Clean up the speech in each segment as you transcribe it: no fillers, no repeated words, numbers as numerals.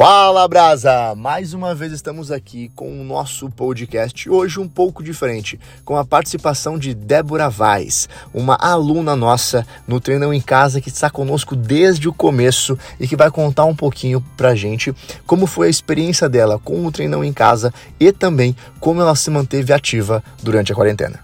Fala, Brasa! Mais uma vez estamos aqui com o nosso podcast, hoje um pouco diferente, com a participação de Débora Vaz, uma aluna nossa no Treinão em Casa que está conosco desde o começo e que vai contar um pouquinho pra gente como foi a experiência dela com o Treinão em Casa e também como ela se manteve ativa durante a quarentena.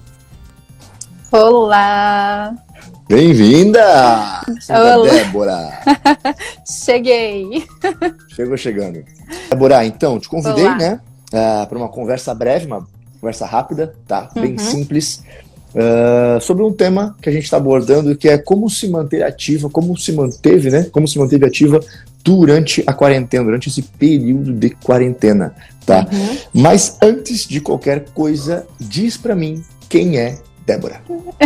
Olá! Bem-vinda! Olá, Débora! Cheguei! Chegou chegando. Débora, então, te convidei, né, para uma conversa breve, uma conversa rápida, tá? Bem simples, sobre um tema que a gente está abordando, que é como se manter ativa, como se manteve, né? Como se manteve ativa durante a quarentena, durante esse período de quarentena, tá? Mas antes de qualquer coisa, diz para mim quem é Débora.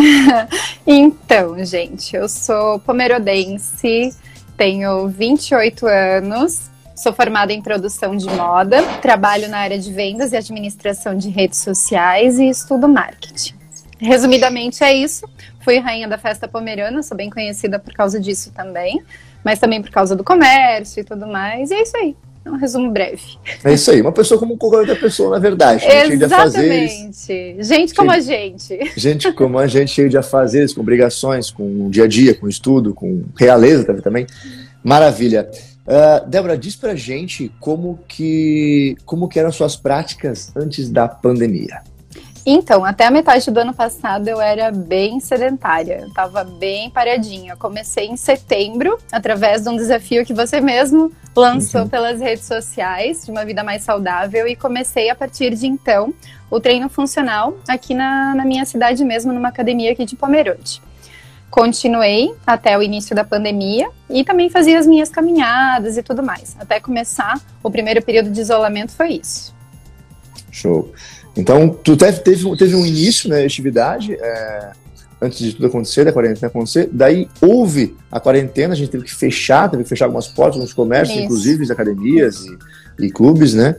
Então, gente, eu sou pomerodense, tenho 28 anos, sou formada em produção de moda, trabalho na área de vendas e administração de redes sociais e estudo marketing. Resumidamente é isso, fui rainha da festa pomerana, sou bem conhecida por causa disso também, mas também por causa do comércio e tudo mais, e é isso aí. Um resumo breve. É isso aí, uma pessoa como qualquer outra pessoa, na verdade. Cheio de afazeres. Gente como a gente. Gente como a gente, cheio de afazeres, com obrigações, com dia a dia, com estudo, com realeza também. Maravilha. Débora, diz pra gente como que eram suas práticas antes da pandemia. Então, até a metade do ano passado eu era bem sedentária, eu tava bem paradinha. Eu comecei em setembro, através de um desafio que você mesmo lançou pelas redes sociais, de uma vida mais saudável, e comecei a partir de então o treino funcional aqui na minha cidade mesmo, numa academia aqui de Pomerode. Continuei até o início da pandemia e também fazia as minhas caminhadas e tudo mais. Até começar o primeiro período de isolamento foi isso. Show. Então, tu teve um início, né, atividade, antes de tudo acontecer, da quarentena acontecer, daí houve a quarentena, a gente teve que fechar algumas portas, alguns comércios, inclusive as academias e clubes, né?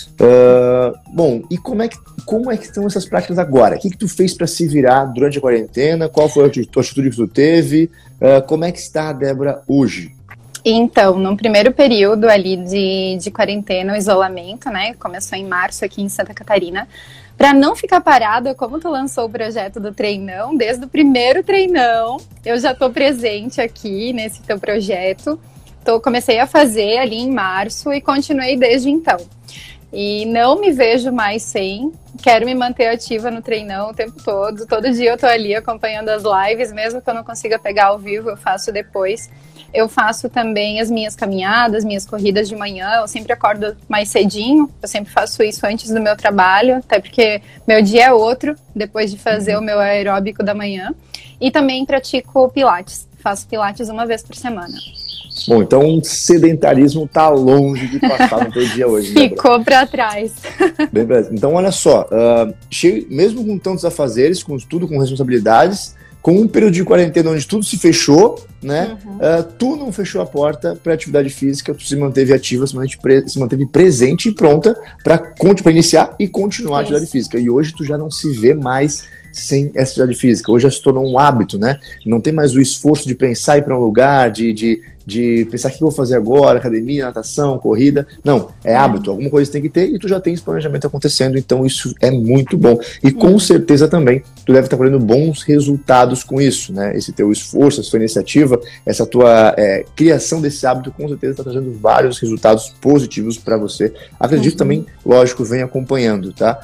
Bom, e como é que estão essas práticas agora? O que tu fez para se virar durante a quarentena? Qual foi a atitude que tu teve? Como é que está a Débora hoje? Então, no primeiro período ali de quarentena, o isolamento, né, começou em março aqui em Santa Catarina, para não ficar parada, como tu lançou o projeto do Treinão, desde o primeiro Treinão, eu já tô presente aqui nesse teu projeto, comecei a fazer ali em março e continuei desde então. E não me vejo mais sem, quero me manter ativa no Treinão o tempo todo dia eu tô ali acompanhando as lives, mesmo que eu não consiga pegar ao vivo, eu faço depois. Eu faço também as minhas caminhadas, minhas corridas de manhã, eu sempre acordo mais cedinho, eu sempre faço isso antes do meu trabalho, até porque meu dia é outro, depois de fazer o meu aeróbico da manhã. E também pratico pilates, faço pilates uma vez por semana. Bom, então o sedentarismo tá longe de passar no teu dia hoje. Ficou para trás. Bem, então olha só, mesmo com tantos afazeres, com tudo, com responsabilidades, com um período de quarentena onde tudo se fechou, né? Tu não fechou a porta para atividade física, tu se manteve ativa, se manteve presente e pronta para iniciar e continuar a atividade física. E hoje tu já não se vê mais sem essa atividade física. Hoje já se tornou um hábito, né? Não tem mais o esforço de pensar ir para um lugar, de pensar o que eu vou fazer agora, academia, natação, corrida. Não, é hábito. Alguma coisa tem que ter e tu já tem esse planejamento acontecendo, então isso é muito bom. E com certeza também tu deve estar colhendo bons resultados com isso, né? Esse teu esforço, essa tua iniciativa, essa tua criação desse hábito, com certeza está trazendo vários resultados positivos para você. Acredito também, lógico, vem acompanhando, tá?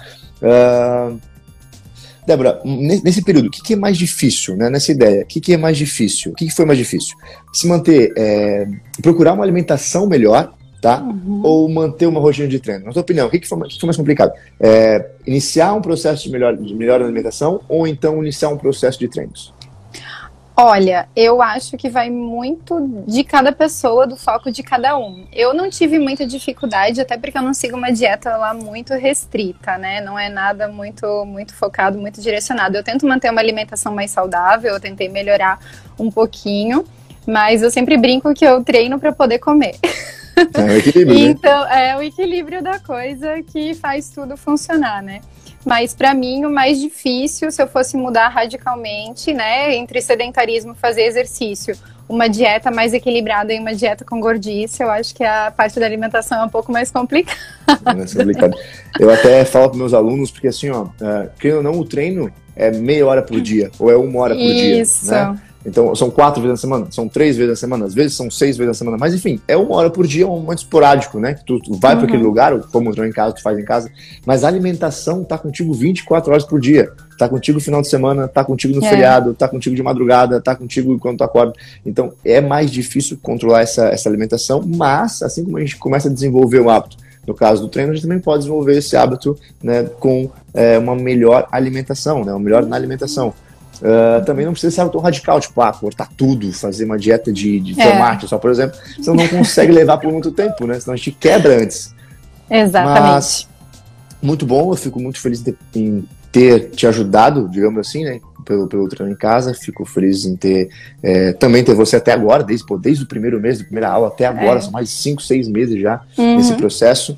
Débora, nesse período, o que é mais difícil, né, nessa ideia? O que é mais difícil? O que foi mais difícil? Se manter, procurar uma alimentação melhor, tá? Ou manter uma rotina de treino? Na tua opinião, o que foi mais complicado? Iniciar um processo de melhora na alimentação ou então iniciar um processo de treinos? Olha, eu acho que vai muito de cada pessoa, do foco de cada um. Eu não tive muita dificuldade, até porque eu não sigo uma dieta lá muito restrita, né? Não é nada muito focado, muito direcionado. Eu tento manter uma alimentação mais saudável, eu tentei melhorar um pouquinho, mas eu sempre brinco que eu treino para poder comer. É o equilíbrio, então, é o equilíbrio da coisa que faz tudo funcionar, né? Mas para mim o mais difícil, se eu fosse mudar radicalmente, né, entre sedentarismo e fazer exercício, uma dieta mais equilibrada e uma dieta com gordice, eu acho que a parte da alimentação é um pouco mais complicada. É mais complicado. Eu até falo para meus alunos, porque assim, ó, querendo ou não, o treino é meia hora por dia, ou é 1 hora por dia. Isso. Né? Então, são 4 vezes na semana, são 3 vezes na semana, às vezes são 6 vezes na semana, mas enfim, é 1 hora por dia, um momento esporádico, né? Que tu vai para aquele lugar, ou como treinar em casa, tu faz em casa, mas a alimentação tá contigo 24 horas por dia. Tá contigo no final de semana, tá contigo no feriado, tá contigo de madrugada, tá contigo quando tu acorda. Então, é mais difícil controlar essa alimentação, mas assim como a gente começa a desenvolver o hábito, no caso do treino, a gente também pode desenvolver esse hábito, né, com uma melhor alimentação, né, uma melhor na alimentação. Também não precisa ser algo tão radical, tipo, cortar tudo, fazer uma dieta de tomate só, por exemplo, você não consegue levar por muito tempo, né, senão a gente quebra antes. Exatamente. Mas, muito bom, eu fico muito feliz em ter te ajudado, digamos assim, né, pelo treino em casa. Fico feliz em também ter você até agora, desde o primeiro mês, da primeira aula até agora, são mais de 5, 6 meses já nesse processo.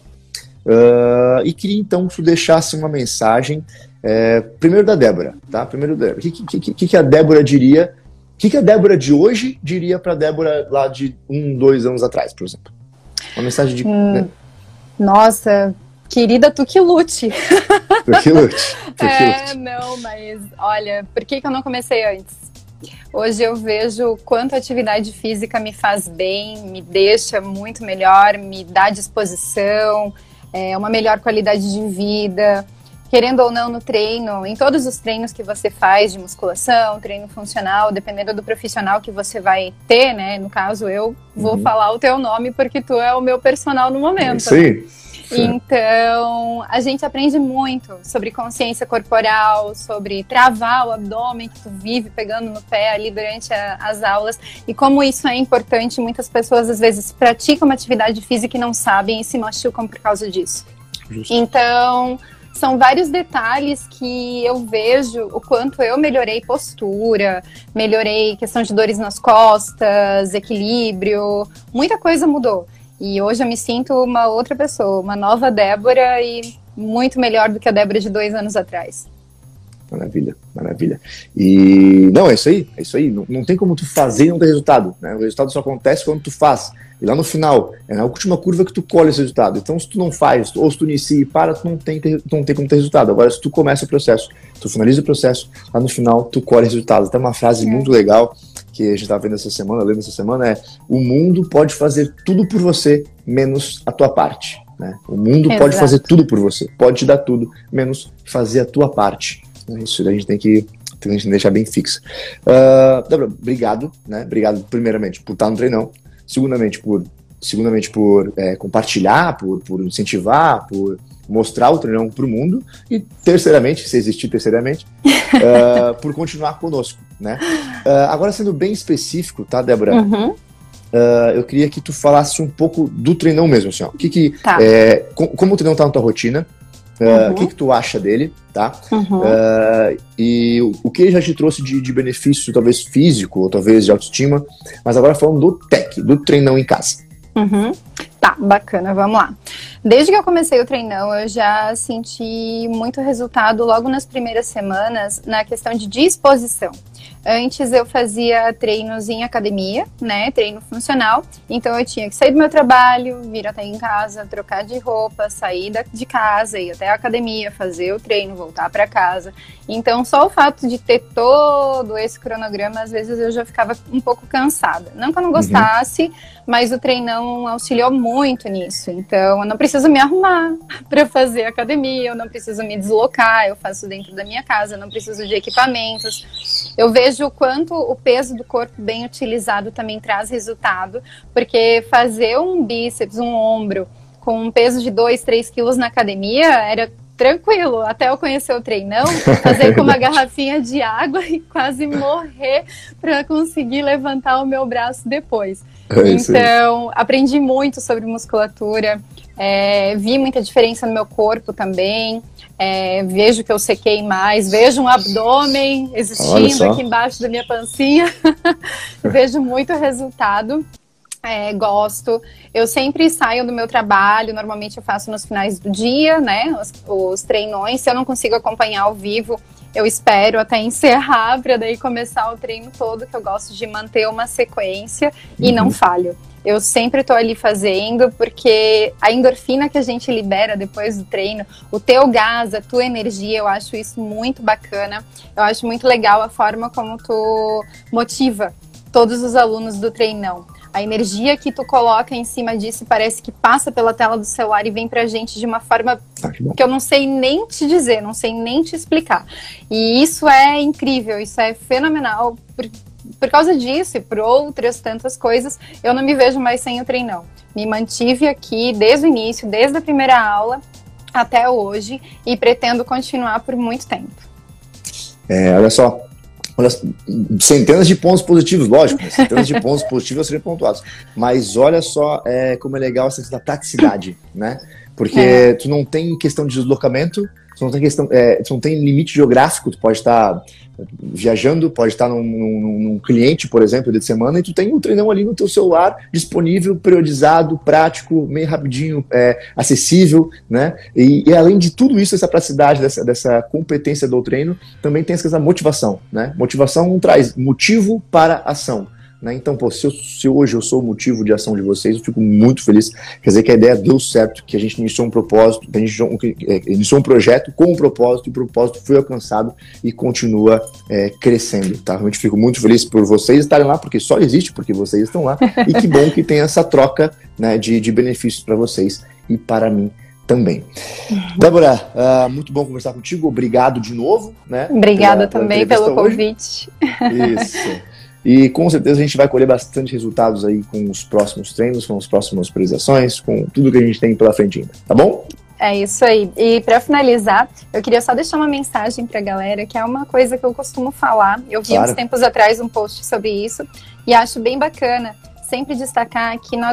E queria então que tu deixasse uma mensagem, primeiro da Débora, tá? Primeiro da Débora. O que a Débora diria, o que a Débora de hoje diria pra Débora lá de 1, 2 anos atrás, por exemplo? Uma mensagem de... Né? Nossa, querida, tu que lute. Tu que lute. Não, mas olha, por que eu não comecei antes? Hoje eu vejo quanto a atividade física me faz bem, me deixa muito melhor, me dá disposição, uma melhor qualidade de vida. Querendo ou não, no treino, em todos os treinos que você faz de musculação, treino funcional, dependendo do profissional que você vai ter, né? No caso, eu vou falar o teu nome porque tu é o meu personal no momento. Sim. Então, a gente aprende muito sobre consciência corporal, sobre travar o abdômen que tu vive pegando no pé ali durante as aulas, e como isso é importante. Muitas pessoas às vezes praticam uma atividade física e não sabem e se machucam por causa disso. Justo. Então, são vários detalhes que eu vejo o quanto eu melhorei postura, melhorei questão de dores nas costas, equilíbrio, muita coisa mudou. E hoje eu me sinto uma outra pessoa, uma nova Débora, e muito melhor do que a Débora de 2 anos atrás. Maravilha, maravilha. E não, é isso aí. Não tem como tu fazer e não ter resultado, né? O resultado só acontece quando tu faz. E lá no final, é na última curva que tu colhe esse resultado. Então, se tu não faz, ou se tu inicia e para, tu não tem como ter resultado. Agora, se tu começa o processo, tu finaliza o processo, lá no final, tu colhe resultados. Até uma frase muito legal que a gente estava vendo essa semana, lendo essa semana, o mundo pode fazer tudo por você, menos a tua parte, né? O mundo pode fazer tudo por você, pode te dar tudo, menos fazer a tua parte. Isso a gente tem que deixar bem fixo. Débora, obrigado, né? Obrigado primeiramente por estar no treinão, segundamente por compartilhar, por incentivar, por mostrar o treinão para o mundo, e terceiramente, se existir terceiramente, por continuar conosco, né? Agora, sendo bem específico, tá, Débora? Eu queria que tu falasse um pouco do treinão mesmo, assim, ó. Como o treinão tá na tua rotina, o que tu acha dele, tá? E o que ele já te trouxe de benefício, talvez físico, ou talvez de autoestima, mas agora falando do TEC, do treinão em casa. Tá, bacana, vamos lá. Desde que eu comecei o treinão, eu já senti muito resultado logo nas primeiras semanas na questão de disposição. Antes eu fazia treinos em academia, né, treino funcional, então eu tinha que sair do meu trabalho, vir até em casa, trocar de roupa, sair de casa, ir até a academia, fazer o treino, voltar para casa. Então só o fato de ter todo esse cronograma, às vezes eu já ficava um pouco cansada. Não que eu não gostasse, mas o treinão auxiliou muito nisso. Então eu não preciso me arrumar para fazer academia, eu não preciso me deslocar, eu faço dentro da minha casa, eu não preciso de equipamentos. Eu vejo o quanto o peso do corpo bem utilizado também traz resultado, porque fazer um bíceps, um ombro com um peso de 2, 3 quilos na academia era tranquilo, até eu conhecer o treinão, fazer com uma garrafinha de água e quase morrer para conseguir levantar o meu braço depois. Então, aprendi muito sobre musculatura, vi muita diferença no meu corpo também, vejo que eu sequei mais, vejo um abdômen existindo aqui embaixo da minha pancinha, vejo muito resultado. Gosto. Eu sempre saio do meu trabalho, normalmente eu faço nos finais do dia, né, os treinões. Se eu não consigo acompanhar ao vivo, eu espero até encerrar para daí começar o treino todo, que eu gosto de manter uma sequência e não falho. Eu sempre tô ali fazendo, porque a endorfina que a gente libera depois do treino, o teu gás, a tua energia, eu acho isso muito bacana. Eu acho muito legal a forma como tu motiva todos os alunos do treinão. A energia que tu coloca em cima disso parece que passa pela tela do celular e vem pra gente de uma forma que eu não sei nem te dizer, não sei nem te explicar. E isso é incrível, isso é fenomenal. Por causa disso e por outras tantas coisas, eu não me vejo mais sem o treinão. Me mantive aqui desde o início, desde a primeira aula até hoje, e pretendo continuar por muito tempo. Olha só, centenas de pontos positivos, lógico, centenas de pontos positivos a serem pontuados. Mas olha só como é legal essa questão da praticidade, né? Porque tu não tem questão de deslocamento, tu não tem limite geográfico, tu pode estar viajando, pode estar num cliente, por exemplo, de semana, e tu tem um treinão ali no teu celular, disponível, periodizado, prático, meio rapidinho, acessível, né? E além de tudo isso, essa praticidade, dessa competência do treino, também tem essa motivação, né? Motivação traz motivo para ação. Né? Então, se hoje eu sou o motivo de ação de vocês, eu fico muito feliz. Quer dizer que a ideia deu certo, que a gente iniciou um propósito, que a gente iniciou um projeto com um propósito, e o propósito foi alcançado e continua crescendo. Tá? Realmente fico muito feliz por vocês estarem lá, porque só existe porque vocês estão lá. E que bom que tem essa troca, né, de benefícios para vocês e para mim também. Débora, muito bom conversar contigo. Obrigado de novo. Né, Obrigada também pelo convite. Isso. E com certeza a gente vai colher bastante resultados aí com os próximos treinos, com as próximas priorizações, com tudo que a gente tem pela frente ainda, tá bom? É isso aí. E para finalizar, eu queria só deixar uma mensagem para a galera, que é uma coisa que eu costumo falar. Eu vi uns tempos atrás um post sobre isso e acho bem bacana sempre destacar que nós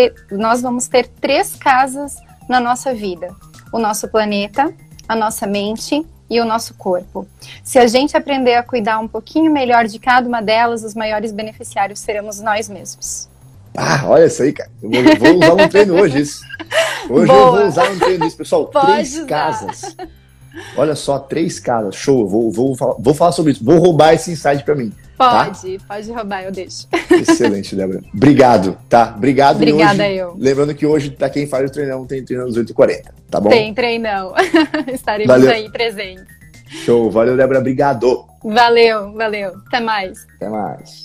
vamos ter 3 casas na nossa vida: o nosso planeta, a nossa mente e o nosso corpo. Se a gente aprender a cuidar um pouquinho melhor de cada uma delas, os maiores beneficiários seremos nós mesmos. Olha isso aí, cara. Eu vou usar um treino hoje isso. Hoje Boa. Eu vou usar um treino isso, pessoal. Pode 3 usar. casas. Olha só, 3 casas. Show. Vou falar sobre isso. Vou roubar esse insight pra mim. Pode roubar, eu deixo. Excelente, Débora. Obrigado, tá? Obrigada hoje, eu. Lembrando que hoje, pra quem faz o treinão, tem treinão às 8h40, tá bom? Tem treinão. Estaremos aí presentes. Show. Valeu, Débora. Obrigado. Valeu. Até mais. Até mais.